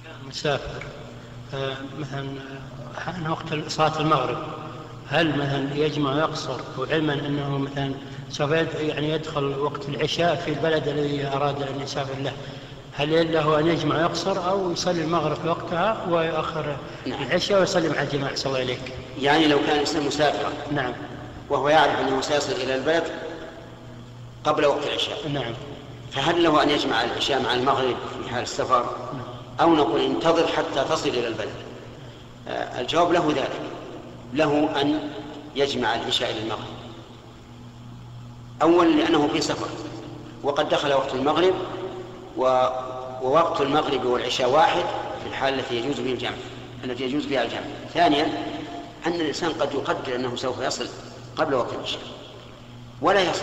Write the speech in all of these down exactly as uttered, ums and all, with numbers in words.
مسافر آه، مثلا حان وقت صلاة المغرب، هل مثلا يجمع ويقصر وعلما أنه مثلا سوف يعني يدخل وقت العشاء في البلد الذي أراد أن يسافر له، هل له أن يجمع ويقصر أو يصلي المغرب في وقتها ويؤخر نعم. العشاء ويصلي مع الجماعة؟ صلى الله عليك. يعني لو كان الإنسان مسافرا نعم وهو يعرف أنه سيصل إلى البلد قبل وقت العشاء، نعم، فهل له أن يجمع العشاء مع المغرب في حال السفر أو نقول انتظر حتى تصل إلى البلد؟ آه الجواب له ذلك، له أن يجمع العشاء إلى المغرب، أولا لأنه في سفر وقد دخل وقت المغرب و... ووقت المغرب والعشاء واحد في الحال التي يجوز بها الجمع التي يجوز بها الجمع. ثانيا أن الإنسان قد يقدر أنه سوف يصل قبل وقت العشاء ولا يصل،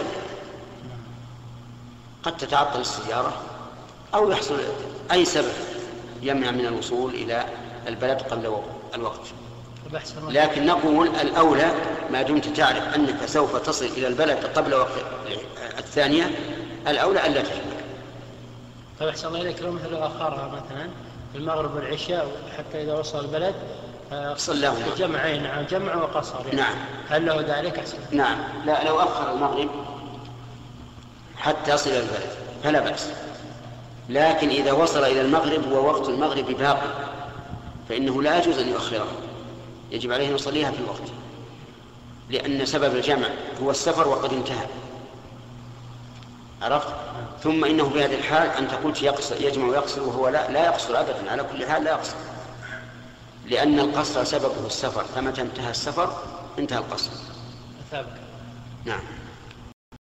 قد تتعطل السيارة أو يحصل أي سبب يمنع من الوصول إلى البلد قبل الوقت. لكن نقول الأولى ما دمت تعرف أنك سوف تصل إلى البلد قبل وقت الثانية الأولى ألا تجمع. طيب أحسن الله إليك، لو مثل أخرها مثلا المغرب والعشاء حتى إذا وصل البلد صلى جمع نعم جمع وقصر يعني. نعم. هل له ذلك أحسن؟ نعم. لا، لو أخر المغرب حتى يصل إلى البلد فلا بأس، لكن إذا وصل إلى المغرب ووقت المغرب باقي فإنه لا يجوز أن يؤخره، يجب عليه أن يصليها في الوقت، لأن سبب الجمع هو السفر وقد انتهى. عرفت؟ ثم إنه في هذه الحال أن تقول يجمع ويقصر وهو لا, لا يقصر أبدا، على كل حال لا يقصر، لأن القصر سببه السفر، فمتى انتهى السفر انتهى القصر. أثابك. نعم.